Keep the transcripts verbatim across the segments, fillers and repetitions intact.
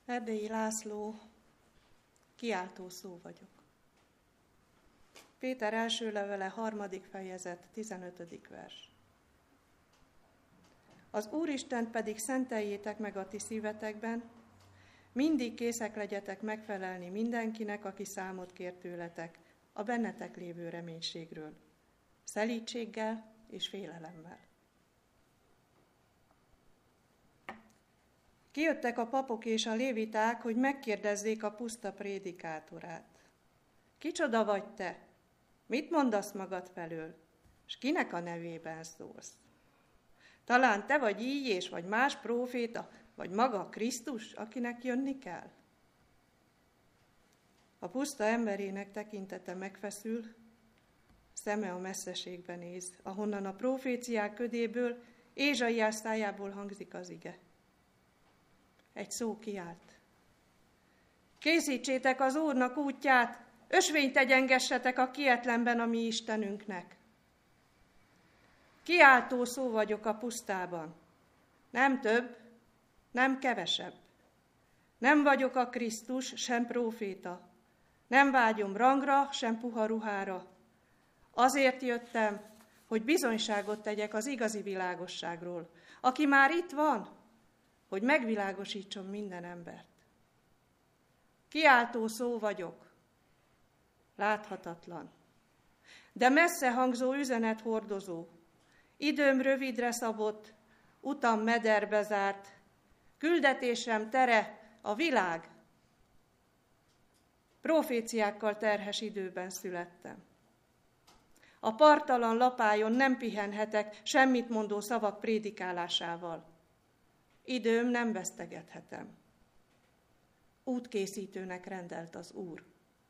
Erdélyi László, kiáltó szó vagyok. Péter első levele, harmadik fejezet, tizenötödik vers. Az Úristent pedig szenteljétek meg a ti szívetekben, mindig készek legyetek megfelelni mindenkinek, aki számot kér tőletek, a bennetek lévő reménységről, szelídséggel és félelemmel. Kijöttek a papok és a léviták, hogy megkérdezzék a puszta prédikátorát. Kicsoda vagy te? Mit mondasz magad felől? És kinek a nevében szólsz? Talán te vagy így és vagy más próféta, vagy maga Krisztus, akinek jönni kell? A puszta emberének tekintete megfeszül, szeme a messzeségbe néz, ahonnan a proféciák ködéből, Ézsaiás szájából hangzik az ige. Egy szó kiált. Készítsétek az Úrnak útját, ösvényt egyengessetek a kietlenben a mi Istenünknek. Kiáltó szó vagyok a pusztában. Nem több, nem kevesebb. Nem vagyok a Krisztus, sem próféta. Nem vágyom rangra, sem puha ruhára. Azért jöttem, hogy bizonyságot tegyek az igazi világosságról, aki már itt van, hogy megvilágosítson minden embert. Kiáltó szó vagyok, láthatatlan, de messze hangzó üzenet hordozó, időm rövidre szabott, utam mederbe zárt, küldetésem tere a világ. Proféciákkal terhes időben születtem. A parttalan lapályon nem pihenhetek semmit mondó szavak prédikálásával. Időm nem vesztegethetem. Útkészítőnek rendelt az Úr.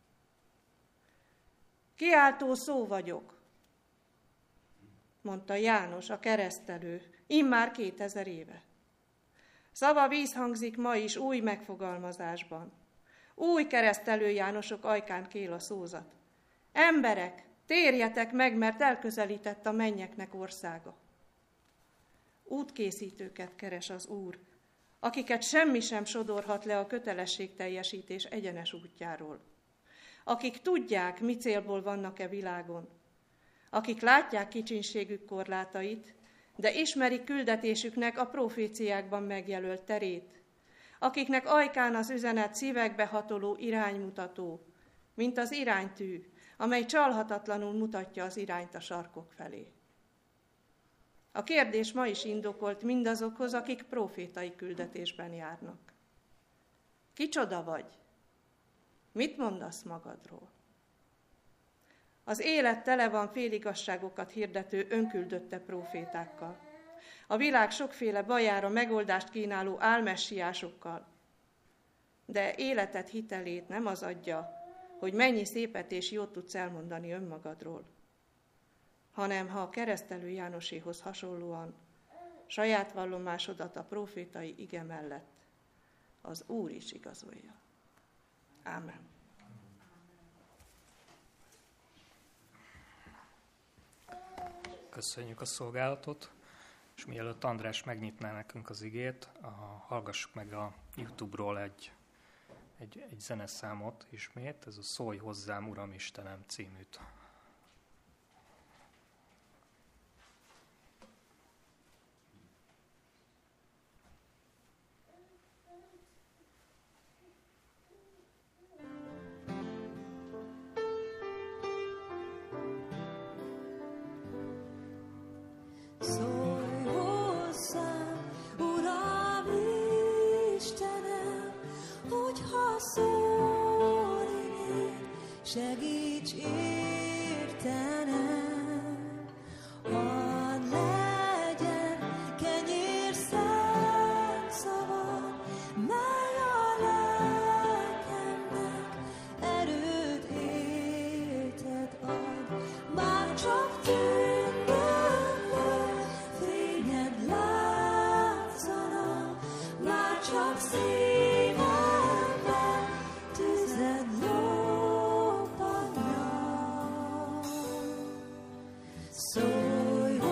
Kiáltó szó vagyok, mondta János, a keresztelő, immár kétezer éve. Szava vízhangzik ma is új megfogalmazásban. Új keresztelő Jánosok ajkán kél a szózat. Emberek, térjetek meg, mert elközelített a mennyeknek országa. Útkészítőket keres az Úr, akiket semmi sem sodorhat le a kötelességteljesítés egyenes útjáról. Akik tudják, mi célból vannak-e világon. Akik látják kicsinségük korlátait, de ismerik küldetésüknek a proféciákban megjelölt terét. Akiknek ajkán az üzenet szívekbe hatoló iránymutató, mint az iránytű, amely csalhatatlanul mutatja az irányt a sarkok felé. A kérdés ma is indokolt mindazokhoz, akik profétai küldetésben járnak. Kicsoda vagy? Mit mondasz magadról? Az élet tele van féligasságokat hirdető önküldötte profétákkal. A világ sokféle bajára megoldást kínáló álmessiásokkal. De életed hitelét nem az adja, hogy mennyi szépet és jót tudsz elmondani önmagadról, hanem ha a keresztelő Jánoséhoz hasonlóan saját vallomásodat a profétai ige mellett az Úr is igazolja. Ámen. Köszönjük a szolgálatot, és mielőtt András megnyitná nekünk az igét, hallgassuk meg a YouTube-ról egy, egy, egy zeneszámot ismét, ez a Szólj hozzám, Uram Istenem címűt. Segíts értenem, hadd legyen kenyér szent szavad, mely a lelkemnek erőt éltet ad. Már csak tündöklő fényed látszana, már csak szívemben tüzed lobban. Szólj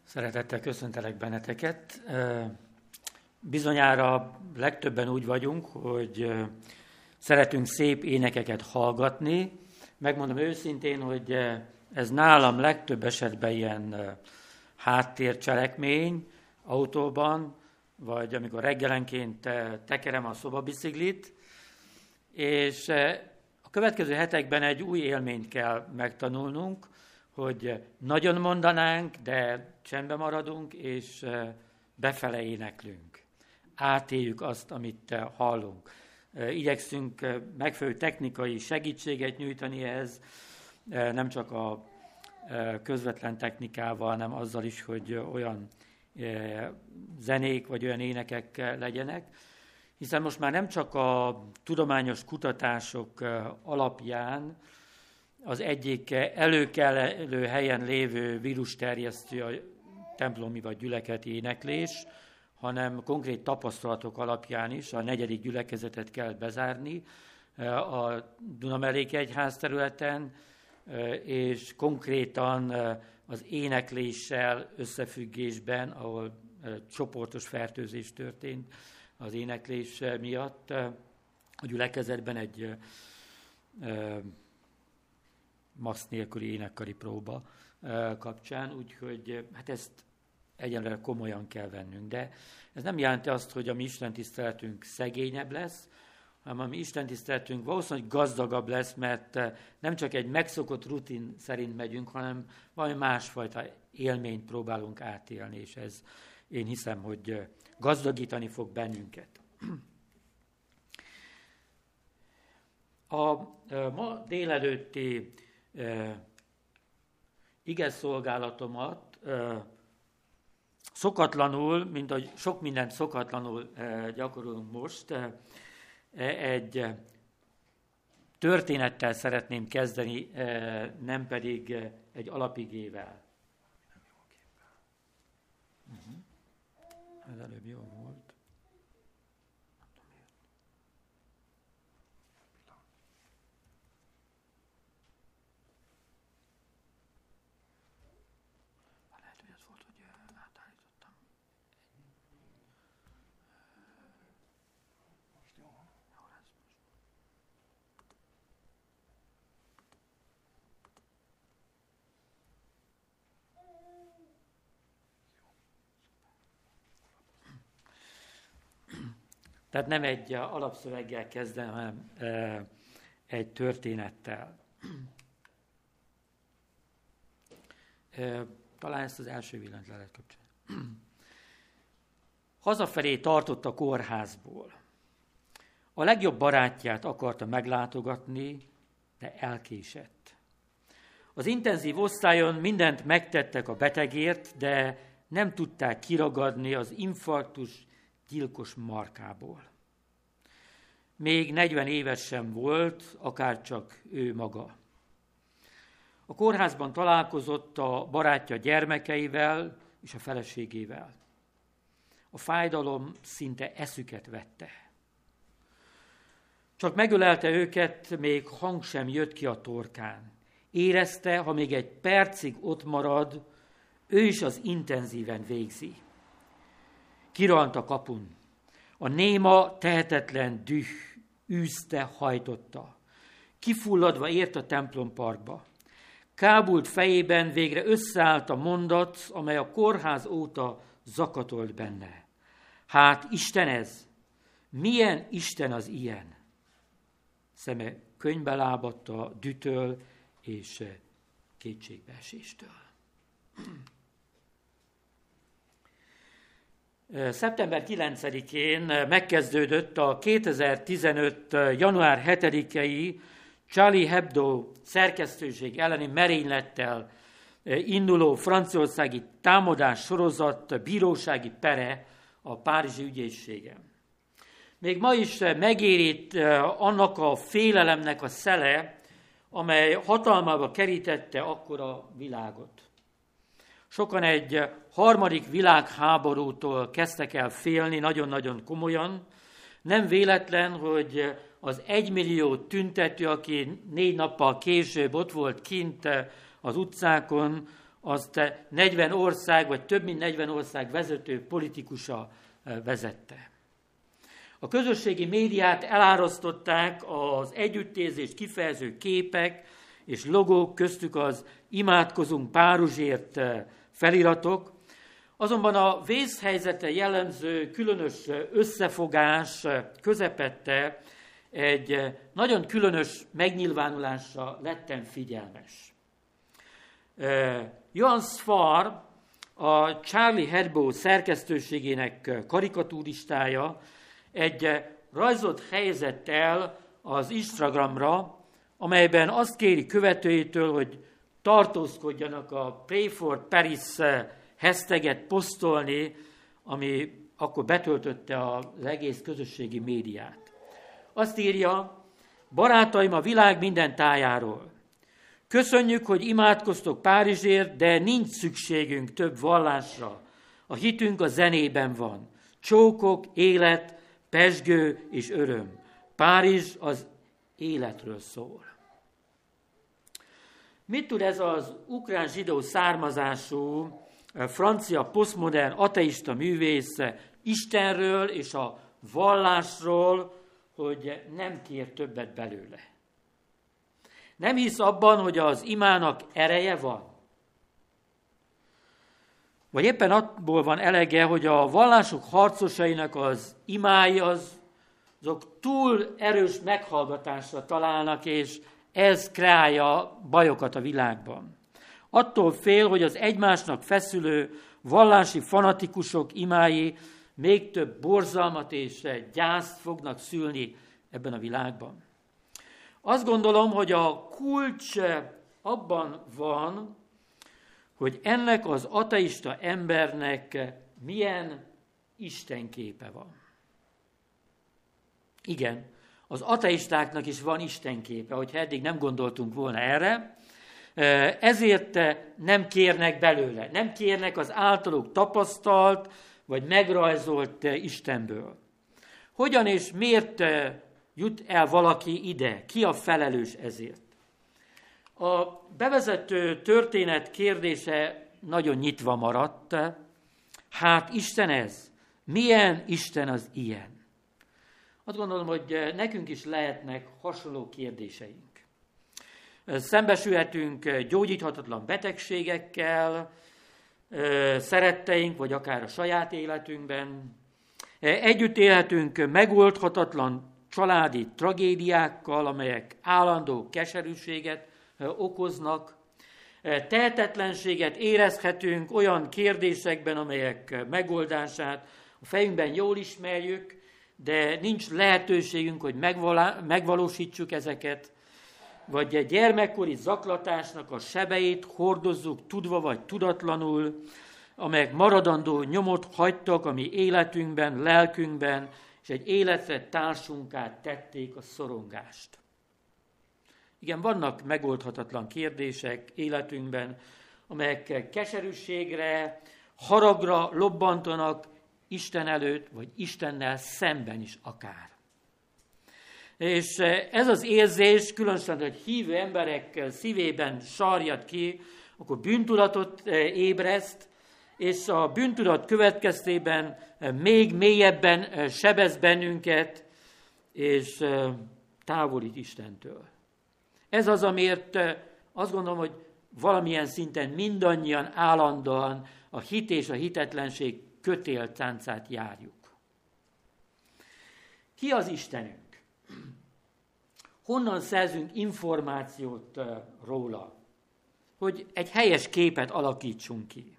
Szeretettel köszöntelek benneteket. Bizonyára legtöbben úgy vagyunk, hogy szeretünk szép énekeket hallgatni. Megmondom őszintén, hogy ez nálam legtöbb esetben ilyen háttércselekmény autóban, vagy amikor reggelenként tekerem a szobabiciklit, és a következő hetekben egy új élményt kell megtanulnunk, hogy nagyon mondanánk, de csendben maradunk, és befele éneklünk. Átéljük azt, amit hallunk. Igyekszünk megfelelő technikai segítséget nyújtani ehhez, nem csak a közvetlen technikával, hanem azzal is, hogy olyan zenék vagy olyan énekek legyenek, hiszen most már nem csak a tudományos kutatások alapján az egyik előkelő helyen lévő vírusterjesztő a templomi vagy gyülekezeti éneklés, hanem konkrét tapasztalatok alapján is a negyedik gyülekezetet kell bezárni a Dunamelléki egyház területen, és konkrétan az énekléssel összefüggésben, ahol csoportos fertőzés történt az éneklés miatt, a gyülekezetben egy masz nélküli énekkari próba kapcsán, úgyhogy hát ezt egyenlően komolyan kell vennünk. De ez nem jelenti azt, hogy a mi istentiszteletünk szegényebb lesz, hanem a mi istentiszteletünk valószínűleg gazdagabb lesz, mert nem csak egy megszokott rutin szerint megyünk, hanem valami másfajta élményt próbálunk átélni, és ez én hiszem, hogy gazdagítani fog bennünket. A ma délelőtti igeszolgálatomat szokatlanul, mint ahogy sok mindent szokatlanul gyakorolunk most, egy történettel szeretném kezdeni, nem pedig egy alapigével. Uh-huh. Ez előbb jó volt. Lehet, hogy ez volt, hogy átállítottam. Most jó. Jó lesz most. Tehát nem egy alapszöveggel kezdem, hanem egy történettel. Talán ezt az első villant le lehet kapcsolni. Hazafelé tartott a kórházból. A legjobb barátját akarta meglátogatni, de elkésett. Az intenzív osztályon mindent megtettek a betegért, de nem tudták kiragadni az infarktus gyilkos markából. Még negyven éves sem volt, akárcsak ő maga. A kórházban találkozott a barátja gyermekeivel és a feleségével. A fájdalom szinte eszüket vette. Csak megölelte őket, még hang sem jött ki a torkán. Érezte, ha még egy percig ott marad, ő is az intenzíven végzi. Kirant a kapun. A néma, tehetetlen düh űzte, hajtotta. Kifulladva ért a templomparkba. Kábult fejében végre összeállt a mondat, amely a kórház óta zakatolt benne. Hát Isten ez? Milyen Isten az ilyen? Szeme könnybe lábadt a dühtől és kétségbeeséstől. szeptember kilencedikén megkezdődött a kétezer-tizenöt. január hetedikei Charlie Hebdo szerkesztőség elleni merénylettel induló franciaországi támadás sorozat bírósági pere a párizsi ügyészségen. Még ma is megérít annak a félelemnek a szele, amely hatalmába kerítette akkor a világot. Sokan egy harmadik világháborútól kezdtek el félni nagyon-nagyon komolyan. Nem véletlen, hogy az egymillió tüntető, aki négy nappal később ott volt kint az utcákon, azt negyven ország, vagy több mint negyven ország vezető politikusa vezette. A közösségi médiát elárasztották az együttérzést kifejező képek és logók, köztük az imádkozunk Párizsért feliratok, azonban a vészhelyzete jellemző különös összefogás közepette egy nagyon különös megnyilvánulásra lettem figyelmes. Johann Sfar, a Charlie Hebdo szerkesztőségének karikatúristája, egy rajzot helyezett el az Instagramra, amelyben azt kéri követőitől, hogy tartózkodjanak a Pray for Paris hashtaget posztolni, ami akkor betöltötte az egész közösségi médiát. Azt írja: barátaim a világ minden tájáról, köszönjük, hogy imádkoztok Párizsért, de nincs szükségünk több vallásra. A hitünk a zenében van. Csókok, élet, pezsgő és öröm. Párizs az életről szól. Mit tud ez az ukrán zsidó származású, francia posztmodern ateista művész Istenről és a vallásról, hogy nem kér többet belőle? Nem hisz abban, hogy az imának ereje van? Vagy éppen abból van elege, hogy a vallások harcosainak az imái az, azok túl erős meghallgatásra találnak, és ez kreálja bajokat a világban. Attól fél, hogy az egymásnak feszülő vallási fanatikusok imái még több borzalmat és gyászt fognak szülni ebben a világban. Azt gondolom, hogy a kulcs abban van, hogy ennek az ateista embernek milyen istenképe van. Igen, az ateistáknak is van istenképe, hogyha eddig nem gondoltunk volna erre, ezért nem kérnek belőle, nem kérnek az általuk tapasztalt vagy megrajzolt Istenből. Hogyan és miért jut el valaki ide? Ki a felelős ezért? A bevezető történet kérdése nagyon nyitva maradt. Hát Isten ez? Milyen Isten az ilyen? Azt gondolom, hogy nekünk is lehetnek hasonló kérdéseink. Szembesülhetünk gyógyíthatatlan betegségekkel, szeretteink, vagy akár a saját életünkben. Együtt élhetünk megoldhatatlan családi tragédiákkal, amelyek állandó keserűséget okoznak. Tehetetlenséget érezhetünk olyan kérdésekben, amelyek megoldását a fejünkben jól ismerjük, de nincs lehetőségünk, hogy megvalósítsuk ezeket, vagy egy gyermekkori zaklatásnak a sebeit hordozzuk tudva vagy tudatlanul, amelyek maradandó nyomot hagytak a mi életünkben, lelkünkben, és egy életre társunká tették a szorongást. Igen, vannak megoldhatatlan kérdések életünkben, amelyek keserűségre, haragra lobbantanak Isten előtt, vagy Istennel szemben is akár. És ez az érzés, különösen, hogy hívő emberek szívében sarjad ki, akkor bűntudatot ébreszt, és a bűntudat következtében még mélyebben sebez bennünket, és távolít Istentől. Ez az, amiért azt gondolom, hogy valamilyen szinten mindannyian állandóan a hit és a hitetlenség kötéltáncát járjuk. Ki az Istenünk? Honnan szerzünk információt róla, hogy egy helyes képet alakítsunk ki?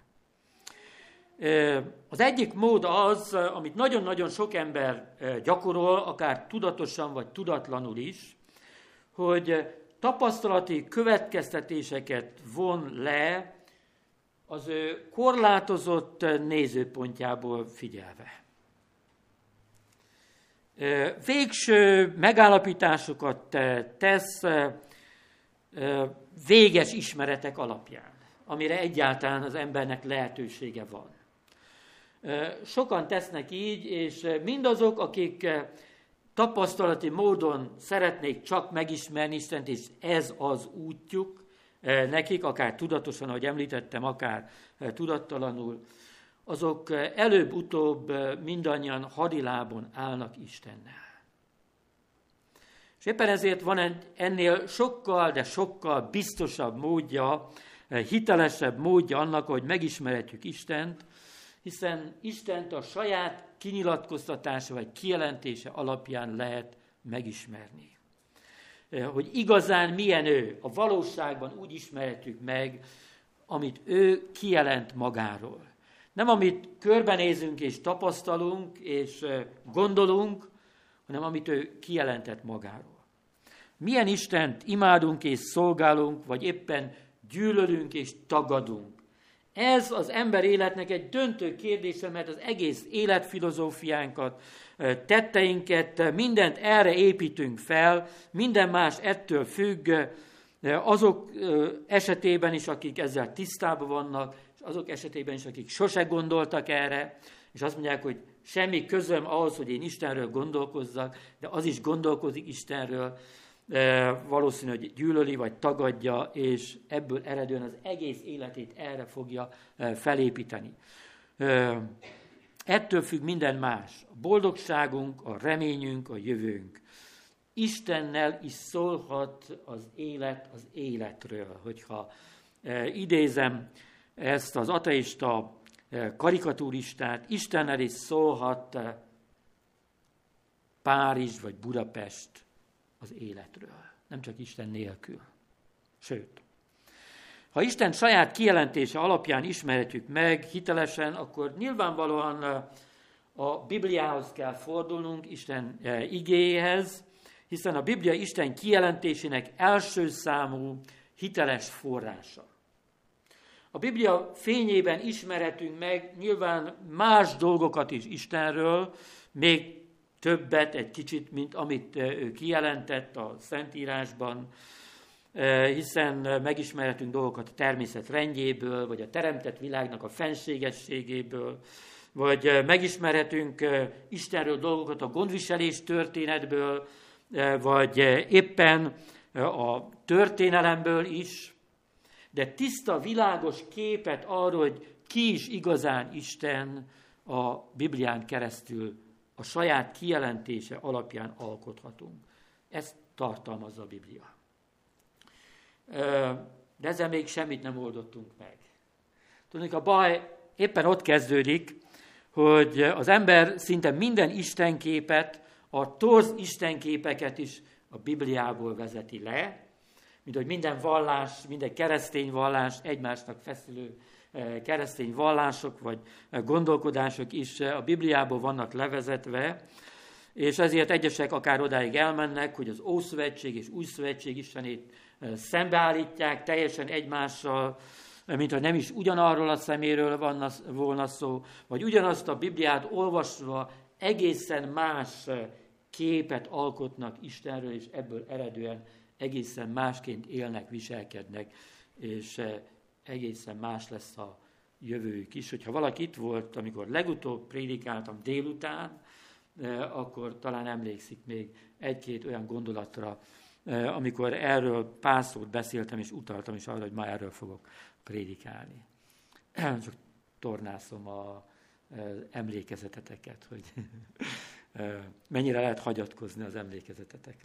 Az egyik mód az, amit nagyon-nagyon sok ember gyakorol, akár tudatosan vagy tudatlanul is, hogy tapasztalati következtetéseket von le az ő korlátozott nézőpontjából figyelve. Végső megállapításokat tesz véges ismeretek alapján, amire egyáltalán az embernek lehetősége van. Sokan tesznek így, és mindazok, akik tapasztalati módon szeretnék csak megismerni Istent, és ez az útjuk, nekik, akár tudatosan, ahogy említettem, akár tudattalanul, azok előbb-utóbb mindannyian hadilábon állnak Istennel. És éppen ezért van egy ennél sokkal, de sokkal biztosabb módja, hitelesebb módja annak, hogy megismerhetjük Istent, hiszen Istent a saját kinyilatkoztatása vagy kijelentése alapján lehet megismerni. Hogy igazán milyen ő, a valóságban úgy ismerhetjük meg, amit ő kijelent magáról. Nem amit körbenézünk és tapasztalunk és gondolunk, hanem amit ő kijelentett magáról. Milyen Istent imádunk és szolgálunk, vagy éppen gyűlölünk és tagadunk. Ez az ember életnek egy döntő kérdése, mert az egész életfilozófiánkat, tetteinket, mindent erre építünk fel, minden más ettől függ, azok esetében is, akik ezzel tisztában vannak, és azok esetében is, akik sose gondoltak erre, és azt mondják, hogy semmi közöm ahhoz, hogy én Istenről gondolkozzak, de az is gondolkozik Istenről, valószínű, hogy gyűlöli, vagy tagadja, és ebből eredően az egész életét erre fogja felépíteni. Ettől függ minden más. A boldogságunk, a reményünk, a jövőnk. Istennel is szólhat az élet az életről. Hogyha idézem ezt az ateista karikatúristát, Istennel is szólhat Párizs vagy Budapest az életről, nem csak Isten nélkül. Sőt, ha Isten saját kijelentése alapján ismerhetjük meg hitelesen, akkor nyilvánvalóan a Bibliához kell fordulnunk, Isten igéjéhez, hiszen a Biblia Isten kijelentésének első számú hiteles forrása. A Biblia fényében ismerhetünk meg nyilván más dolgokat is Istenről, még többet, egy kicsit, mint amit ő kijelentett a Szentírásban, hiszen megismerhetünk dolgokat a természet rendjéből, vagy a teremtett világnak a fenségességéből, vagy megismerhetünk Istenről dolgokat a gondviselés történetből, vagy éppen a történelemből is, de tiszta, világos képet arról, hogy ki is igazán Isten, a Biblián keresztül a saját kijelentése alapján alkothatunk. Ezt tartalmazza a Biblia. De ezzel még semmit nem oldottunk meg. Tudjuk, a baj éppen ott kezdődik, hogy az ember szinte minden istenképet, a torz istenképeket is a Bibliából vezeti le, mint hogy minden vallás, minden keresztény vallás, egymásnak feszülő keresztény vallások vagy gondolkodások is a Bibliából vannak levezetve, és ezért egyesek akár odáig elmennek, hogy az Ószövetség és Újszövetség istenét szembeállítják teljesen egymással, mint hogy nem is ugyanarról a szeméről van, volna szó, vagy ugyanazt a Bibliát olvasva egészen más képet alkotnak Istenről, és ebből eredően egészen másként élnek, viselkednek, és egészen más lesz a jövőjük is. Hogyha valaki itt volt, amikor legutóbb prédikáltam délután, akkor talán emlékszik még egy-két olyan gondolatra, amikor erről pár szót beszéltem, és utaltam is arra, hogy ma erről fogok prédikálni. Csak tornászom az emlékezeteteket, hogy mennyire lehet hagyatkozni az emlékezetetekre.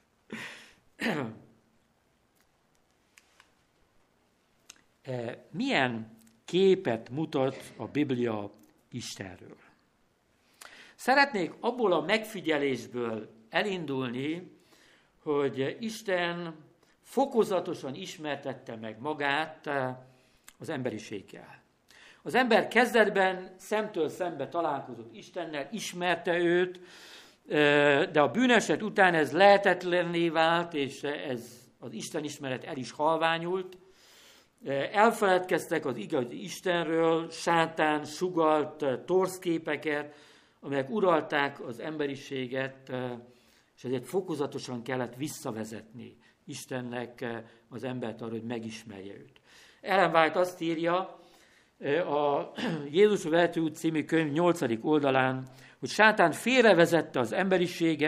Milyen képet mutat a Biblia Istenről? Szeretnék abból a megfigyelésből elindulni, hogy Isten fokozatosan ismertette meg magát az emberiséggel. Az ember kezdetben szemtől szembe találkozott Istennel, ismerte őt, de a bűneset után ez lehetetlenné vált, és ez az Isten ismeret el is halványult. Elfeledkeztek az igazi Istenről, sátán sugalt torzképeket, amelyek uralták az emberiséget, és ezért fokozatosan kellett visszavezetni Istennek az embert arra, hogy megismerje őt. Ellen White azt írja a Jézus vezető út című könyv nyolcadik oldalán, hogy sátán félrevezette az emberiséget,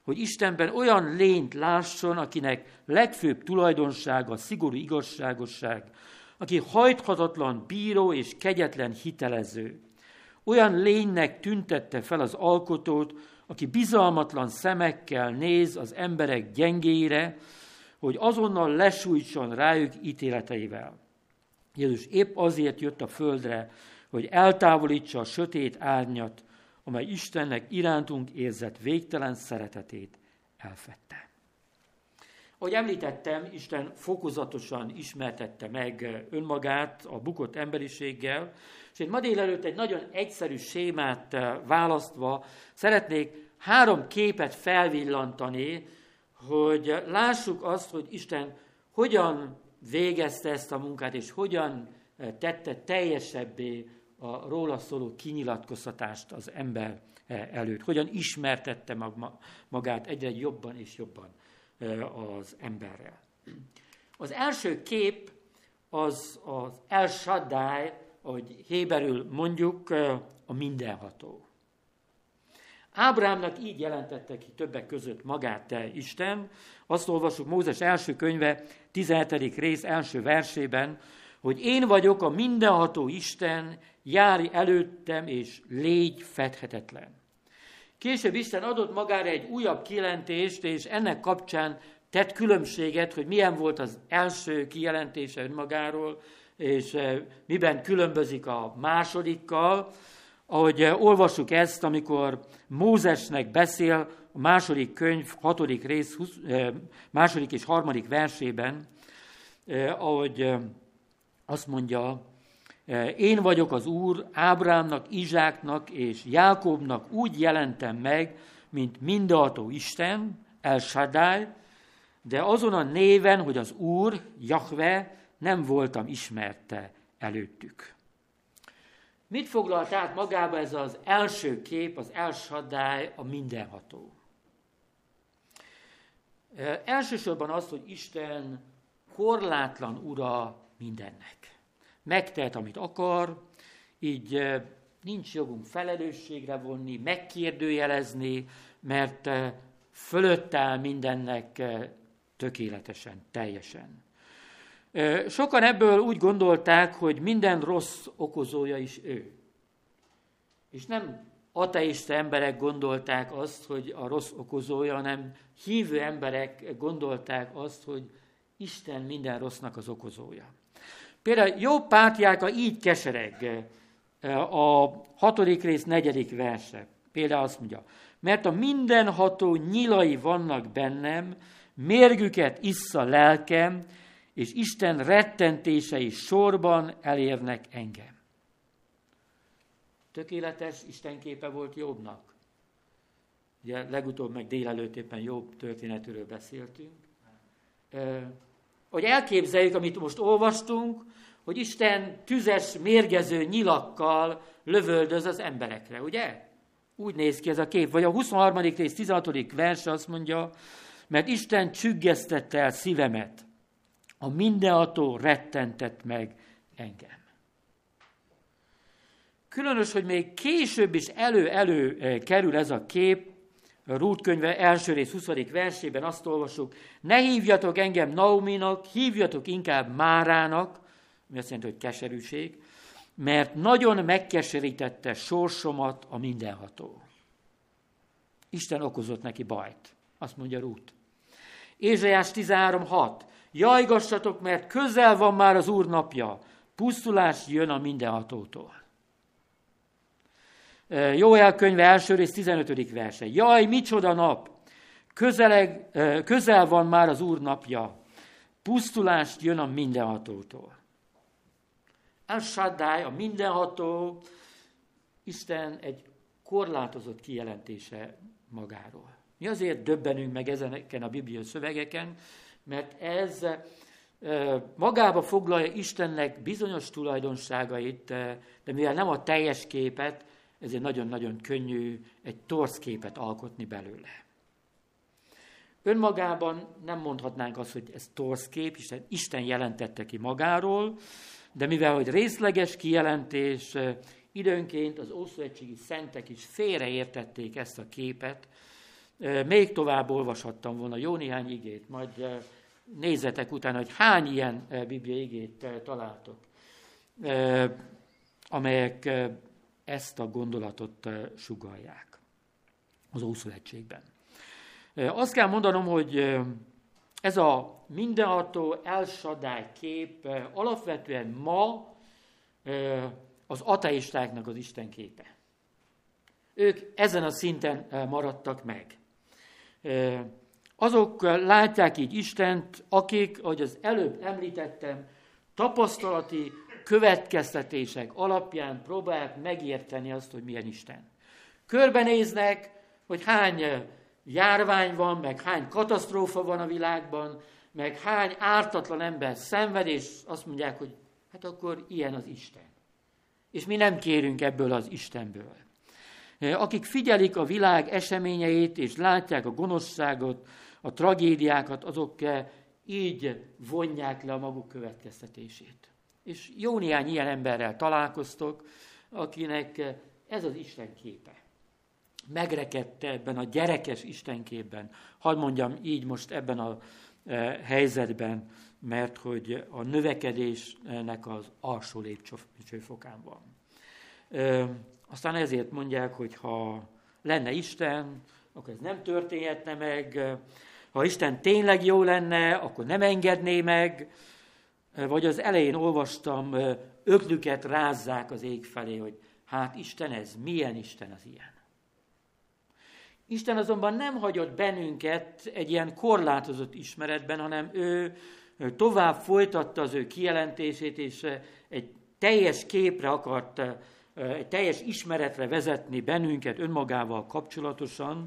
hogy Istenben olyan lényt lásson, akinek legfőbb tulajdonsága a szigorú igazságosság, aki hajthatatlan bíró és kegyetlen hitelező. Olyan lénynek tüntette fel az alkotót, aki bizalmatlan szemekkel néz az emberek gyengéire, hogy azonnal lesújtson rájuk ítéleteivel. Jézus épp azért jött a földre, hogy eltávolítsa a sötét árnyat, amely Istennek irántunk érzett végtelen szeretetét elfedte. Ahogy említettem, Isten fokozatosan ismertette meg önmagát a bukott emberiséggel, és én ma délelőtt egy nagyon egyszerű sémát választva szeretnék három képet felvillantani, hogy lássuk azt, hogy Isten hogyan végezte ezt a munkát, és hogyan tette teljesebbé a róla szóló kinyilatkoztatást az ember előtt, hogyan ismertette magát egyre jobban és jobban az emberrel. Az első kép az az El Shaddai, ahogy héberül mondjuk, a mindenható. Ábrámnak így jelentette ki többek között magát te Isten. Azt olvassuk Mózes első könyve tizenhetedik rész első versében, hogy én vagyok a mindenható Isten, járj előttem és légy fedhetetlen. Később Isten adott magára egy újabb kijelentést, és ennek kapcsán tett különbséget, hogy milyen volt az első kijelentése önmagáról, és miben különbözik a másodikkal. Ahogy olvassuk ezt, amikor Mózesnek beszél a második könyv, hatodik rész, második és harmadik versében, ahogy azt mondja, én vagyok az Úr, Ábrámnak, Izsáknak és Jákobnak úgy jelentem meg, mint mindenható Isten, El Shaddai, de azon a néven, hogy az Úr, Jahve, nem voltam ismerte előttük. Mit foglalt át magába ez az első kép, az El Shaddai, a mindenható? Elsősorban az, hogy Isten korlátlan ura mindennek. Megtehet, amit akar, így nincs jogunk felelősségre vonni, megkérdőjelezni, mert fölött áll mindennek tökéletesen, teljesen. Sokan ebből úgy gondolták, hogy minden rossz okozója is ő. És nem ateista emberek gondolták azt, hogy a rossz okozója, hanem hívő emberek gondolták azt, hogy Isten minden rossznak az okozója. Például Jobb pártjáka így kesereg a hatodik rész negyedik verse. Például azt mondja, mert a mindenható nyilai vannak bennem, mérgüket issza lelkem, és Isten rettentései sorban elérnek engem. Tökéletes Isten képe volt Jobbnak. Ugye legutóbb meg délelőtt éppen Jobb történetéről beszéltünk. Hogy elképzeljük, amit most olvastunk, hogy Isten tüzes, mérgező nyilakkal lövöldöz az emberekre, ugye? Úgy néz ki ez a kép. Vagy a huszonharmadik rész tizenhatodik verse azt mondja, mert Isten csüggesztette el szívemet, a mindenható rettentett meg engem. Különös, hogy még később is elő-elő kerül ez a kép, a Rút könyve első rész huszadik versében azt olvasjuk, ne hívjatok engem Naominak, hívjatok inkább Márának, ami azt jelenti, hogy keserűség, mert nagyon megkeserítette sorsomat a mindenható. Isten okozott neki bajt, azt mondja Rút. Ézsaiás tizenhárom hat. Jajgassatok, mert közel van már az Úr napja, pusztulás jön a mindenhatótól. Jóel könyve első rész tizenötödik verse. Jaj, micsoda nap! Közeleg, közel van már az Úr napja, pusztulást jön a mindenhatótól. El Shaddai, a mindenható, Isten egy korlátozott kijelentése magáról. Mi azért döbbenünk meg ezeken a bibliai szövegeken, mert ez magába foglalja Istennek bizonyos tulajdonságait, de mivel nem a teljes képet, ezért nagyon-nagyon könnyű egy torz képet alkotni belőle. Önmagában nem mondhatnánk azt, hogy ez torz kép, Isten, Isten jelentette ki magáról, de mivel hogy részleges kijelentés, időnként az ószövetségi szentek is félreértették ezt a képet, Még tovább olvashattam volna jó néhány igét, majd nézzetek utána, hogy hány ilyen bibliai igét találtok, amelyek ezt a gondolatot sugallják az Ószövetségben. Azt kell mondanom, hogy ez a mindenható El Shaddai kép alapvetően ma az ateistáknak az Isten képe. Ők ezen a szinten maradtak meg. Azok látják így Istent, akik, ahogy az előbb említettem, tapasztalati következtetések alapján próbálják megérteni azt, hogy milyen Isten. Körbenéznek, hogy hány járvány van, meg hány katasztrófa van a világban, meg hány ártatlan ember szenved, és azt mondják, hogy hát akkor ilyen az Isten. És mi nem kérünk ebből az Istenből. Akik figyelik a világ eseményeit, és látják a gonoszságot, a tragédiákat, azok így vonják le a maguk következtetését. És jó néhány ilyen emberrel találkoztok, akinek ez az Isten képe. Megrekedte ebben a gyerekes Istenképben. Hadd mondjam így most ebben a helyzetben, mert hogy a növekedésnek az alsó lépcsőfokán van. Aztán ezért mondják, hogy ha lenne Isten, akkor ez nem történhetne meg, ha Isten tényleg jó lenne, akkor nem engedné meg, vagy az elején olvastam, öklüket rázzák az ég felé, hogy hát Isten ez, milyen Isten az ilyen. Isten azonban nem hagyott bennünket egy ilyen korlátozott ismeretben, hanem ő tovább folytatta az ő kijelentését, és egy teljes képre akart, egy teljes ismeretre vezetni bennünket önmagával kapcsolatosan,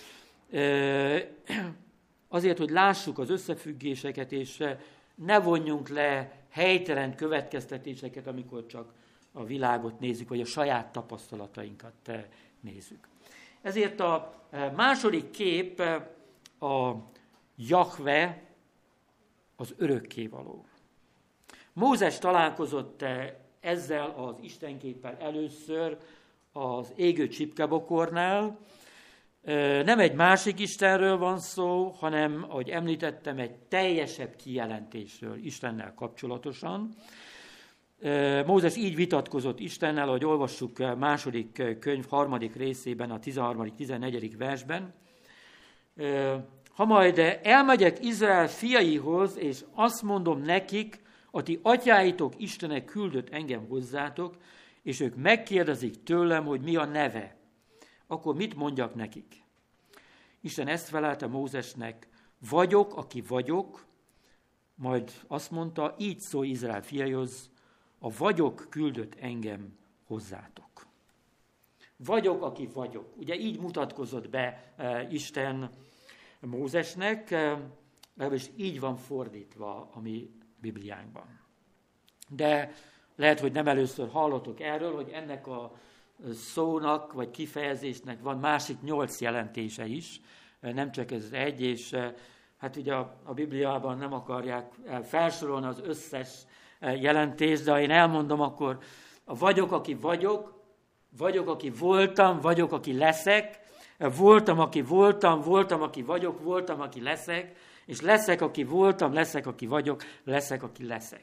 azért, hogy lássuk az összefüggéseket, és ne vonjunk le helytelen következtetéseket, amikor csak a világot nézzük, vagy a saját tapasztalatainkat nézzük. Ezért a második kép a Jahve, az örökkévaló. Mózes találkozott ezzel az istenképpel először az égő csipkebokornál. Nem egy másik Istenről van szó, hanem, ahogy említettem, egy teljesebb kijelentésről Istennel kapcsolatosan. Mózes így vitatkozott Istennel, ahogy olvassuk második könyv harmadik részében, a tizenharmadik tizennegyedik versben. Ha majd elmegyek Izrael fiaihoz, és azt mondom nekik, a ti atyáitok Istene küldött engem hozzátok, és ők megkérdezik tőlem, hogy mi a neve, akkor mit mondjak nekik? Isten ezt felelte Mózesnek, vagyok, aki vagyok, majd azt mondta, így szólj Izrael fiaihoz, a vagyok küldött engem hozzátok. Vagyok, aki vagyok. Ugye így mutatkozott be e, Isten Mózesnek, e, és így van fordítva a mi Bibliánkban. De lehet, hogy nem először hallotok erről, hogy ennek a szónak, vagy kifejezésnek van másik nyolc jelentése is, nem csak ez egy, és hát ugye a, a Bibliában nem akarják felsorolni az összes jelentést, de ha én elmondom, akkor a vagyok, aki vagyok, vagyok, aki voltam, vagyok, aki leszek, voltam, aki voltam, voltam, aki vagyok, voltam, aki leszek, és leszek, aki voltam, leszek, aki vagyok, leszek, aki leszek.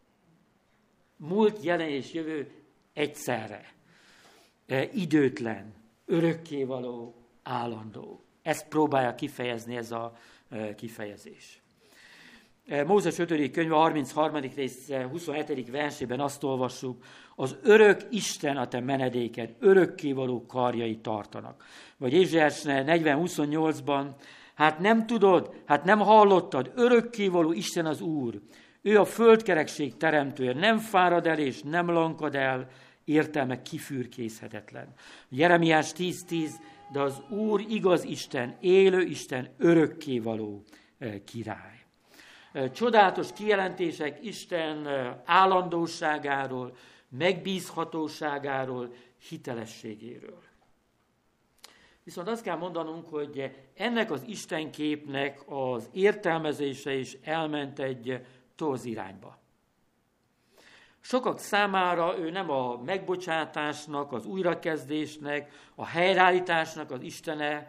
Múlt, jelen és jövő egyszerre. Időtlen, örökkévaló, állandó. Ezt próbálja kifejezni ez a kifejezés. Mózes ötödik könyve harmincharmadik rész huszonhetedik versében azt olvassuk, az örök Isten a te menedéked, örökkévaló karjai tartanak. Vagy Ézsaiás negyven huszonnyolcban, hát nem tudod, hát nem hallottad, örökkévaló Isten az Úr. Ő a földkerekség teremtője, nem fárad el és nem lankad el, értelme kifürkészhetetlen. Jeremiás tíz tíz, de az Úr igaz Isten, élő Isten, örökkévaló király. Csodálatos kijelentések Isten állandóságáról, megbízhatóságáról, hitelességéről. Viszont azt kell mondanunk, hogy ennek az istenképnek az értelmezése is elment egy torz irányba. Sokak számára ő nem a megbocsátásnak, az újrakezdésnek, a helyreállításnak az Istene,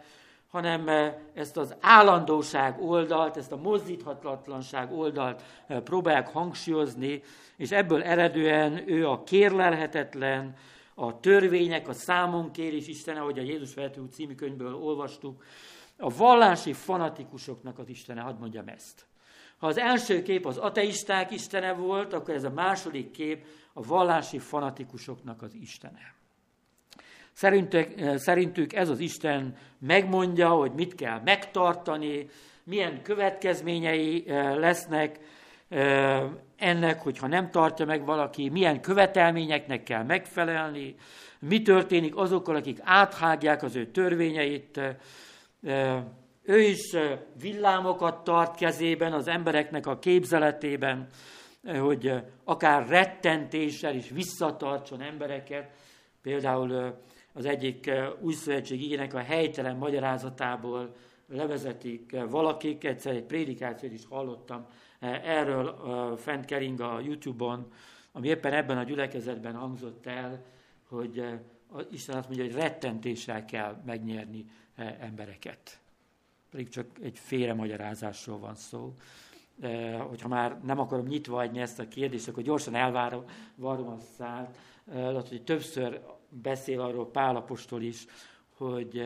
hanem ezt az állandóság oldalt, ezt a mozdíthatatlanság oldalt próbálják hangsúlyozni, és ebből eredően ő a kérlelhetetlen, a törvények, a számonkérés Istene, ahogy a Jézus vezető út című könyvből olvastuk, a vallási fanatikusoknak az Istene, hadd mondjam ezt. Ha az első kép az ateisták Istene volt, akkor ez a második kép a vallási fanatikusoknak az Istene. Szerintük, szerintük ez az Isten megmondja, hogy mit kell megtartani, milyen következményei lesznek ennek, hogyha nem tartja meg valaki, milyen követelményeknek kell megfelelni, mi történik azokkal, akik áthágják az ő törvényeit. Ő is villámokat tart kezében az embereknek a képzeletében, hogy akár rettentéssel is visszatartson embereket. Például az egyik újszövetség igének a helytelen magyarázatából levezetik valakik, egyszer egy prédikációt is hallottam, erről fent kering a YouTube-on, ami éppen ebben a gyülekezetben hangzott el, hogy Isten azt mondja, hogy rettentéssel kell megnyerni embereket. Pedig csak egy félremagyarázásról van szó. Hogyha már nem akarom nyitva hagyni ezt a kérdést, akkor gyorsan elvárom a szált, hogy többször beszél arról Pál apostol is, hogy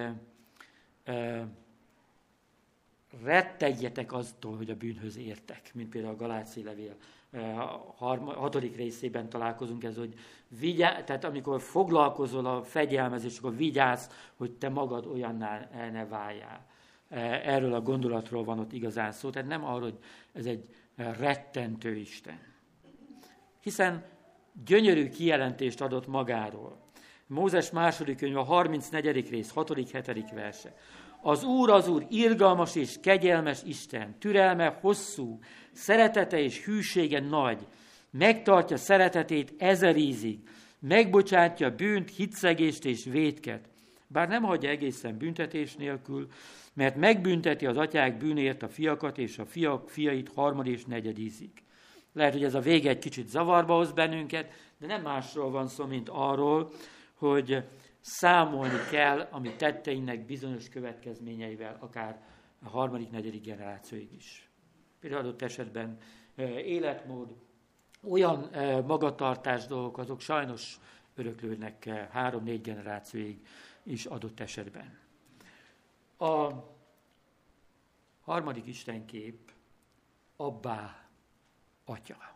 rettegjetek aztól, hogy a bűnhöz értek, mint például a Galácii levél a hatodik részében találkozunk ez, hogy vigyázz, tehát amikor foglalkozol a fegyelmezés, akkor vigyázz, hogy te magad olyanná ne váljál. Erről a gondolatról van ott igazán szó, tehát nem arról, hogy ez egy rettentő Isten. Hiszen gyönyörű kijelentést adott magáról. Mózes második könyv, a harmincnegyedik rész, hatodik hetedik verse. Az Úr, az Úr irgalmas és kegyelmes Isten, türelme hosszú, szeretete és hűsége nagy, megtartja szeretetét ezer ízig, megbocsátja bűnt, hitszegést és vétket, bár nem hagyja egészen büntetés nélkül, mert megbünteti az atyák bűnért a fiakat és a fiak fiait harmad és negyed ízig. Lehet, hogy ez a vége egy kicsit zavarba hoz bennünket, de nem másról van szó, mint arról, hogy számolni kell a mi tetteinknek bizonyos következményeivel, akár a harmadik, negyedik generációig is. Például adott esetben életmód, olyan magatartás dolgok, azok sajnos öröklődnek három-négy generációig is adott esetben. A harmadik istenkép Abbá, Atya.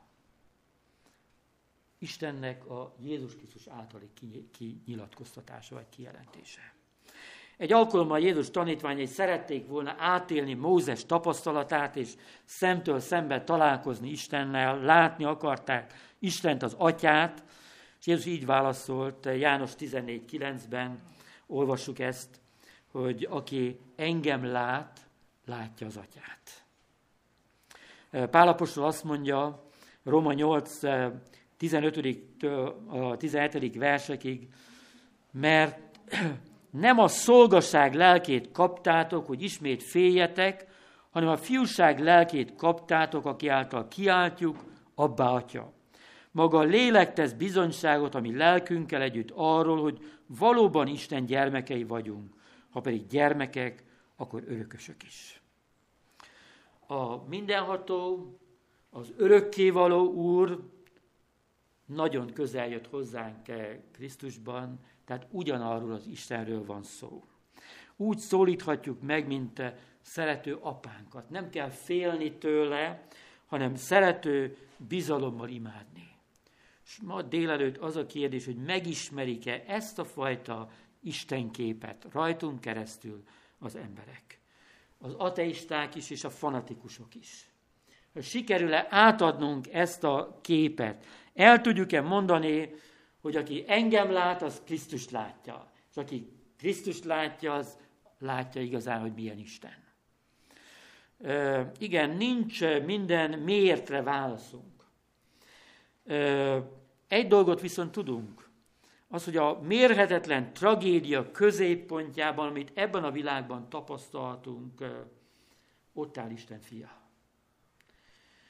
Istennek a Jézus Krisztus általi kinyilatkoztatása vagy kijelentése. Egy alkalommal Jézus tanítványai szerették volna átélni Mózes tapasztalatát, és szemtől szembe találkozni Istennel, látni akarták Istent, az Atyát, és Jézus így válaszolt, János tizennégy kilencben olvassuk ezt, hogy aki engem lát, látja az Atyát. Pál apostol azt mondja, Róma nyolc tizenötödiktől a tizenhetedik versekig, mert nem a szolgaság lelkét kaptátok, hogy ismét féljetek, hanem a fiúság lelkét kaptátok, aki által kiáltjuk, Abbá, Atya. Maga a lélek tesz bizonyságot a mi lelkünkkel együtt arról, hogy valóban Isten gyermekei vagyunk, ha pedig gyermekek, akkor örökösök is. A mindenható, az örökkévaló Úr nagyon közel jött hozzánk Krisztusban, tehát ugyanarról az Istenről van szó. Úgy szólíthatjuk meg, mint szerető apánkat. Nem kell félni tőle, hanem szerető bizalommal imádni. És ma délelőtt az a kérdés, hogy megismerik-e ezt a fajta istenképet rajtunk keresztül az emberek. Az ateisták is, és a fanatikusok is. Sikerül-e átadnunk ezt a képet? El tudjuk-e mondani, hogy aki engem lát, az Krisztust látja. És aki Krisztust látja, az látja igazán, hogy milyen Isten. Ö, igen, nincs minden miértre válaszunk. Ö, egy dolgot viszont tudunk, az, hogy a mérhetetlen tragédia középpontjában, amit ebben a világban tapasztaltunk, ott áll Isten fia.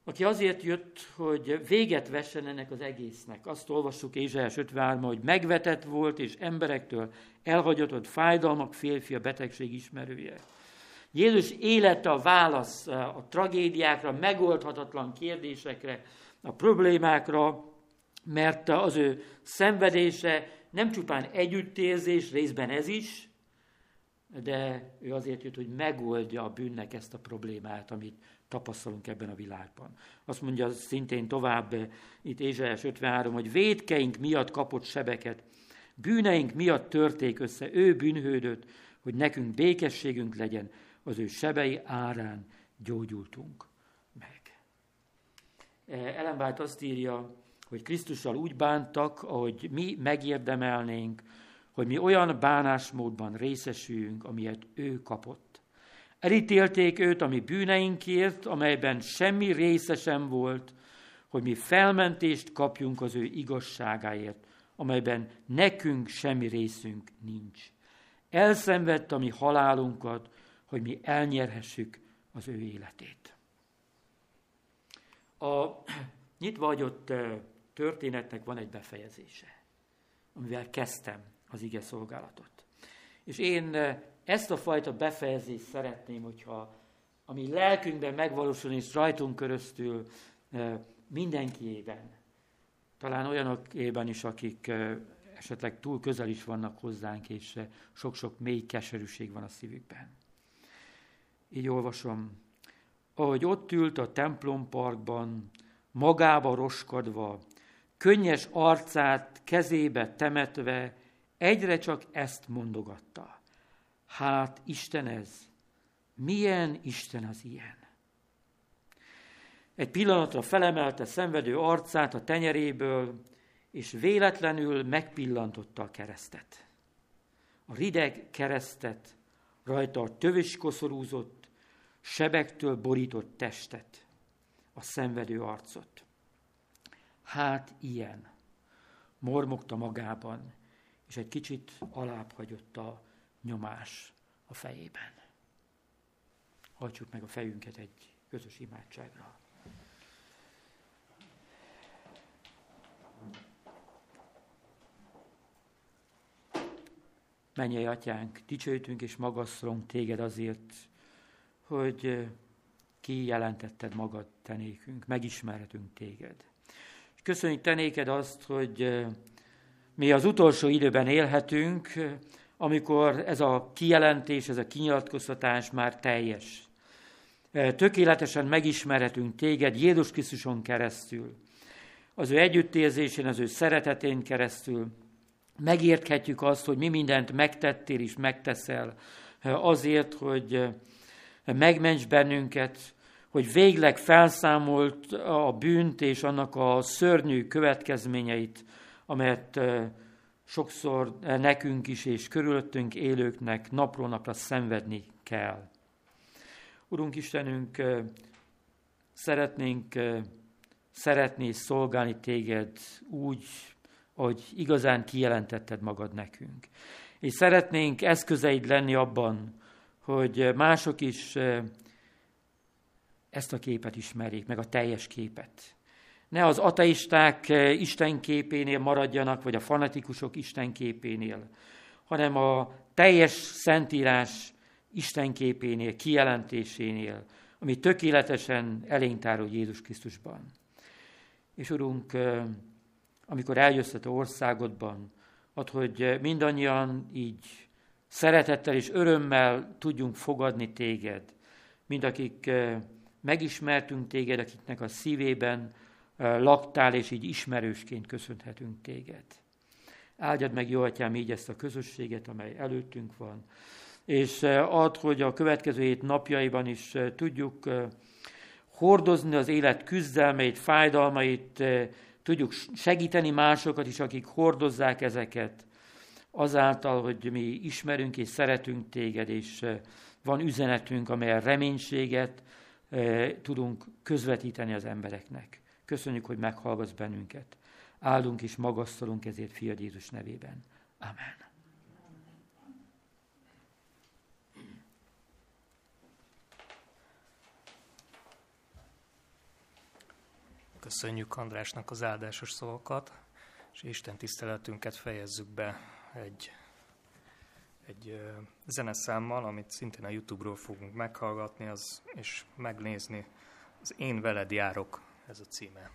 aki azért jött, hogy véget vessen ennek az egésznek. Azt olvassuk Ézsaiás ötvenháromban, hogy megvetett volt, és emberektől elhagyatott fájdalmak férfi, a betegség ismerője. Jézus élete a válasz a tragédiákra, megoldhatatlan kérdésekre, a problémákra, mert az ő szenvedése nem csupán együttérzés, részben ez is, de ő azért jött, hogy megoldja a bűnnek ezt a problémát, amit tapasztalunk ebben a világban. Azt mondja szintén tovább itt Ézsaiás ötvenhárom, hogy vétkeink miatt kapott sebeket, bűneink miatt törték össze, ő bűnhődött, hogy nekünk békességünk legyen, az ő sebei árán gyógyultunk meg. Ellen White azt írja, hogy Krisztussal úgy bántak, ahogy mi megérdemelnénk, hogy mi olyan bánásmódban részesüljünk, amilyet ő kapott. Elítélték őt a mi bűneinkért, amelyben semmi része sem volt, hogy mi felmentést kapjunk az ő igazságáért, amelyben nekünk semmi részünk nincs. Elszenvedte a mi halálunkat, hogy mi elnyerhessük az ő életét. A nyitva hagyott történetnek van egy befejezése, amivel kezdtem az ige szolgálatot. És én ezt a fajta befejezést szeretném, hogyha a mi lelkünkben megvalósul, és rajtunk köröztül mindenkiében, talán olyanokében is, akik esetleg túl közel is vannak hozzánk, és sok-sok mély keserűség van a szívükben. Így olvasom, ahogy ott ült a templomparkban, magába roskadva, könnyes arcát kezébe temetve, egyre csak ezt mondogatta. Hát Isten ez, milyen Isten az ilyen? Egy pillanatra felemelte szenvedő arcát a tenyeréből, és véletlenül megpillantotta a keresztet. A rideg keresztet, rajta a töviskoszorúzott, sebektől borított testet, a szenvedő arcot. Hát ilyen, mormogta magában, és egy kicsit alább hagyott a nyomás a fejében. Hajtsuk meg a fejünket egy közös imádságra. Mennyei Atyánk, dicsőítünk és magasztalunk téged azért, hogy kijelentetted magad te nékünk, megismerhetünk téged. És köszönjük te néked azt, hogy mi az utolsó időben élhetünk, amikor ez a kijelentés, ez a kinyilatkoztatás már teljes. Tökéletesen megismerhetünk téged Jézus Krisztuson keresztül, az ő együttérzésén, az ő szeretetén keresztül. Megérthetjük azt, hogy mi mindent megtettél és megteszel azért, hogy megments bennünket, hogy végleg felszámolt a bűnt és annak a szörnyű következményeit, amelyet sokszor nekünk is és körülöttünk élőknek napról napra szenvedni kell. Urunk Istenünk, szeretnénk szeretni szolgálni téged úgy, ahogy igazán kijelentetted magad nekünk. És szeretnénk eszközeid lenni abban, hogy mások is ezt a képet ismerjék, meg a teljes képet. Ne az ateisták istenképénél maradjanak, vagy a fanatikusok istenképénél, hanem a teljes szentírás istenképénél, kijelentésénél, ami tökéletesen elénk tárul Jézus Krisztusban. És Urunk, amikor eljössz a te országodban, add, hogy mindannyian így szeretettel és örömmel tudjunk fogadni téged, mind akik megismertünk téged, akiknek a szívében laktál, és így ismerősként köszönhetünk téged. Áldjad meg, jó Atyám, így ezt a közösséget, amely előttünk van, és add, hogy a következő hét napjaiban is tudjuk hordozni az élet küzdelmeit, fájdalmait, tudjuk segíteni másokat is, akik hordozzák ezeket, azáltal, hogy mi ismerünk és szeretünk téged, és van üzenetünk, amelyen reménységet tudunk közvetíteni az embereknek. Köszönjük, hogy meghallgatsz bennünket. Áldunk és magasztalunk ezért fiad Jézus nevében. Amen. Köszönjük Andrásnak az áldásos szavakat, és Isten tiszteletünket fejezzük be egy, egy zeneszámmal, amit szintén a YouTube-ról fogunk meghallgatni, az, és megnézni. Az Én veled járok, ez a címe.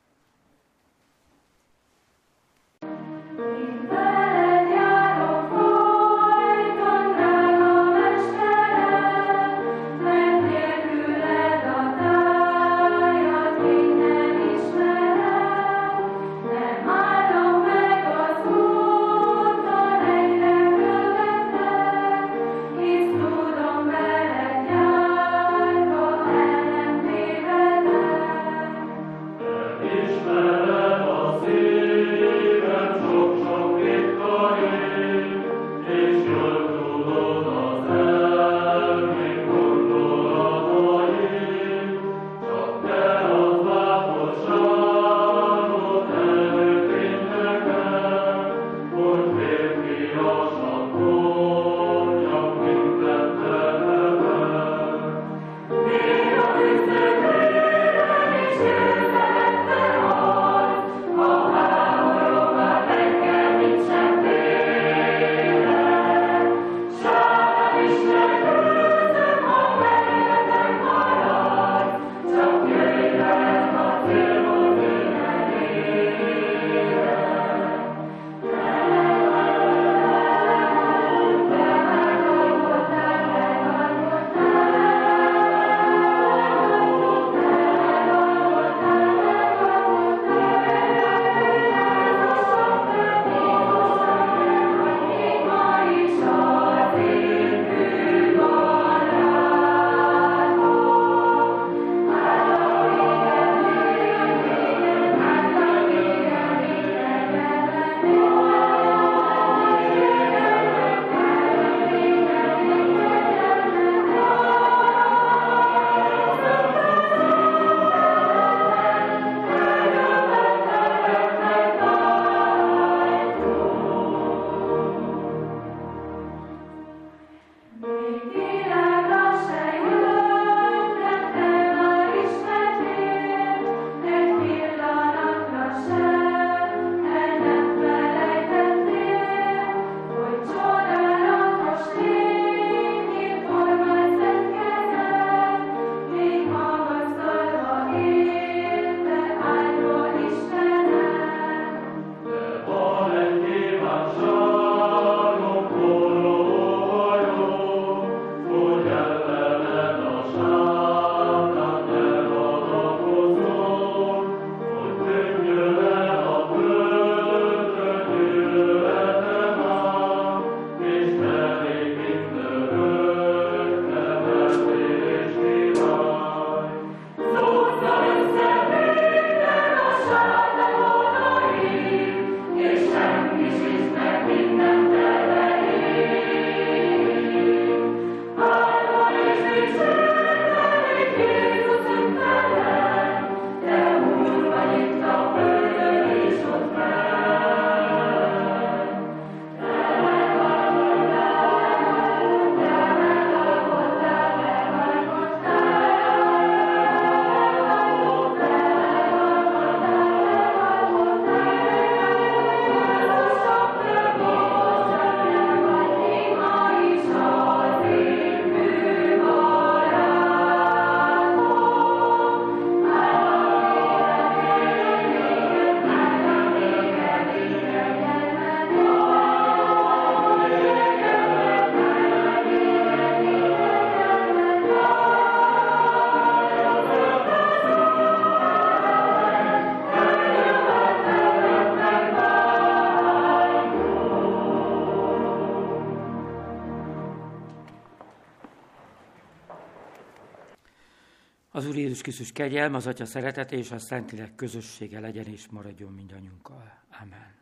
Az Úr Jézus Krisztus kegyelme, az Atya szeretete és a Szentlélek közössége legyen és maradjon mindannyiunkkal. Amen.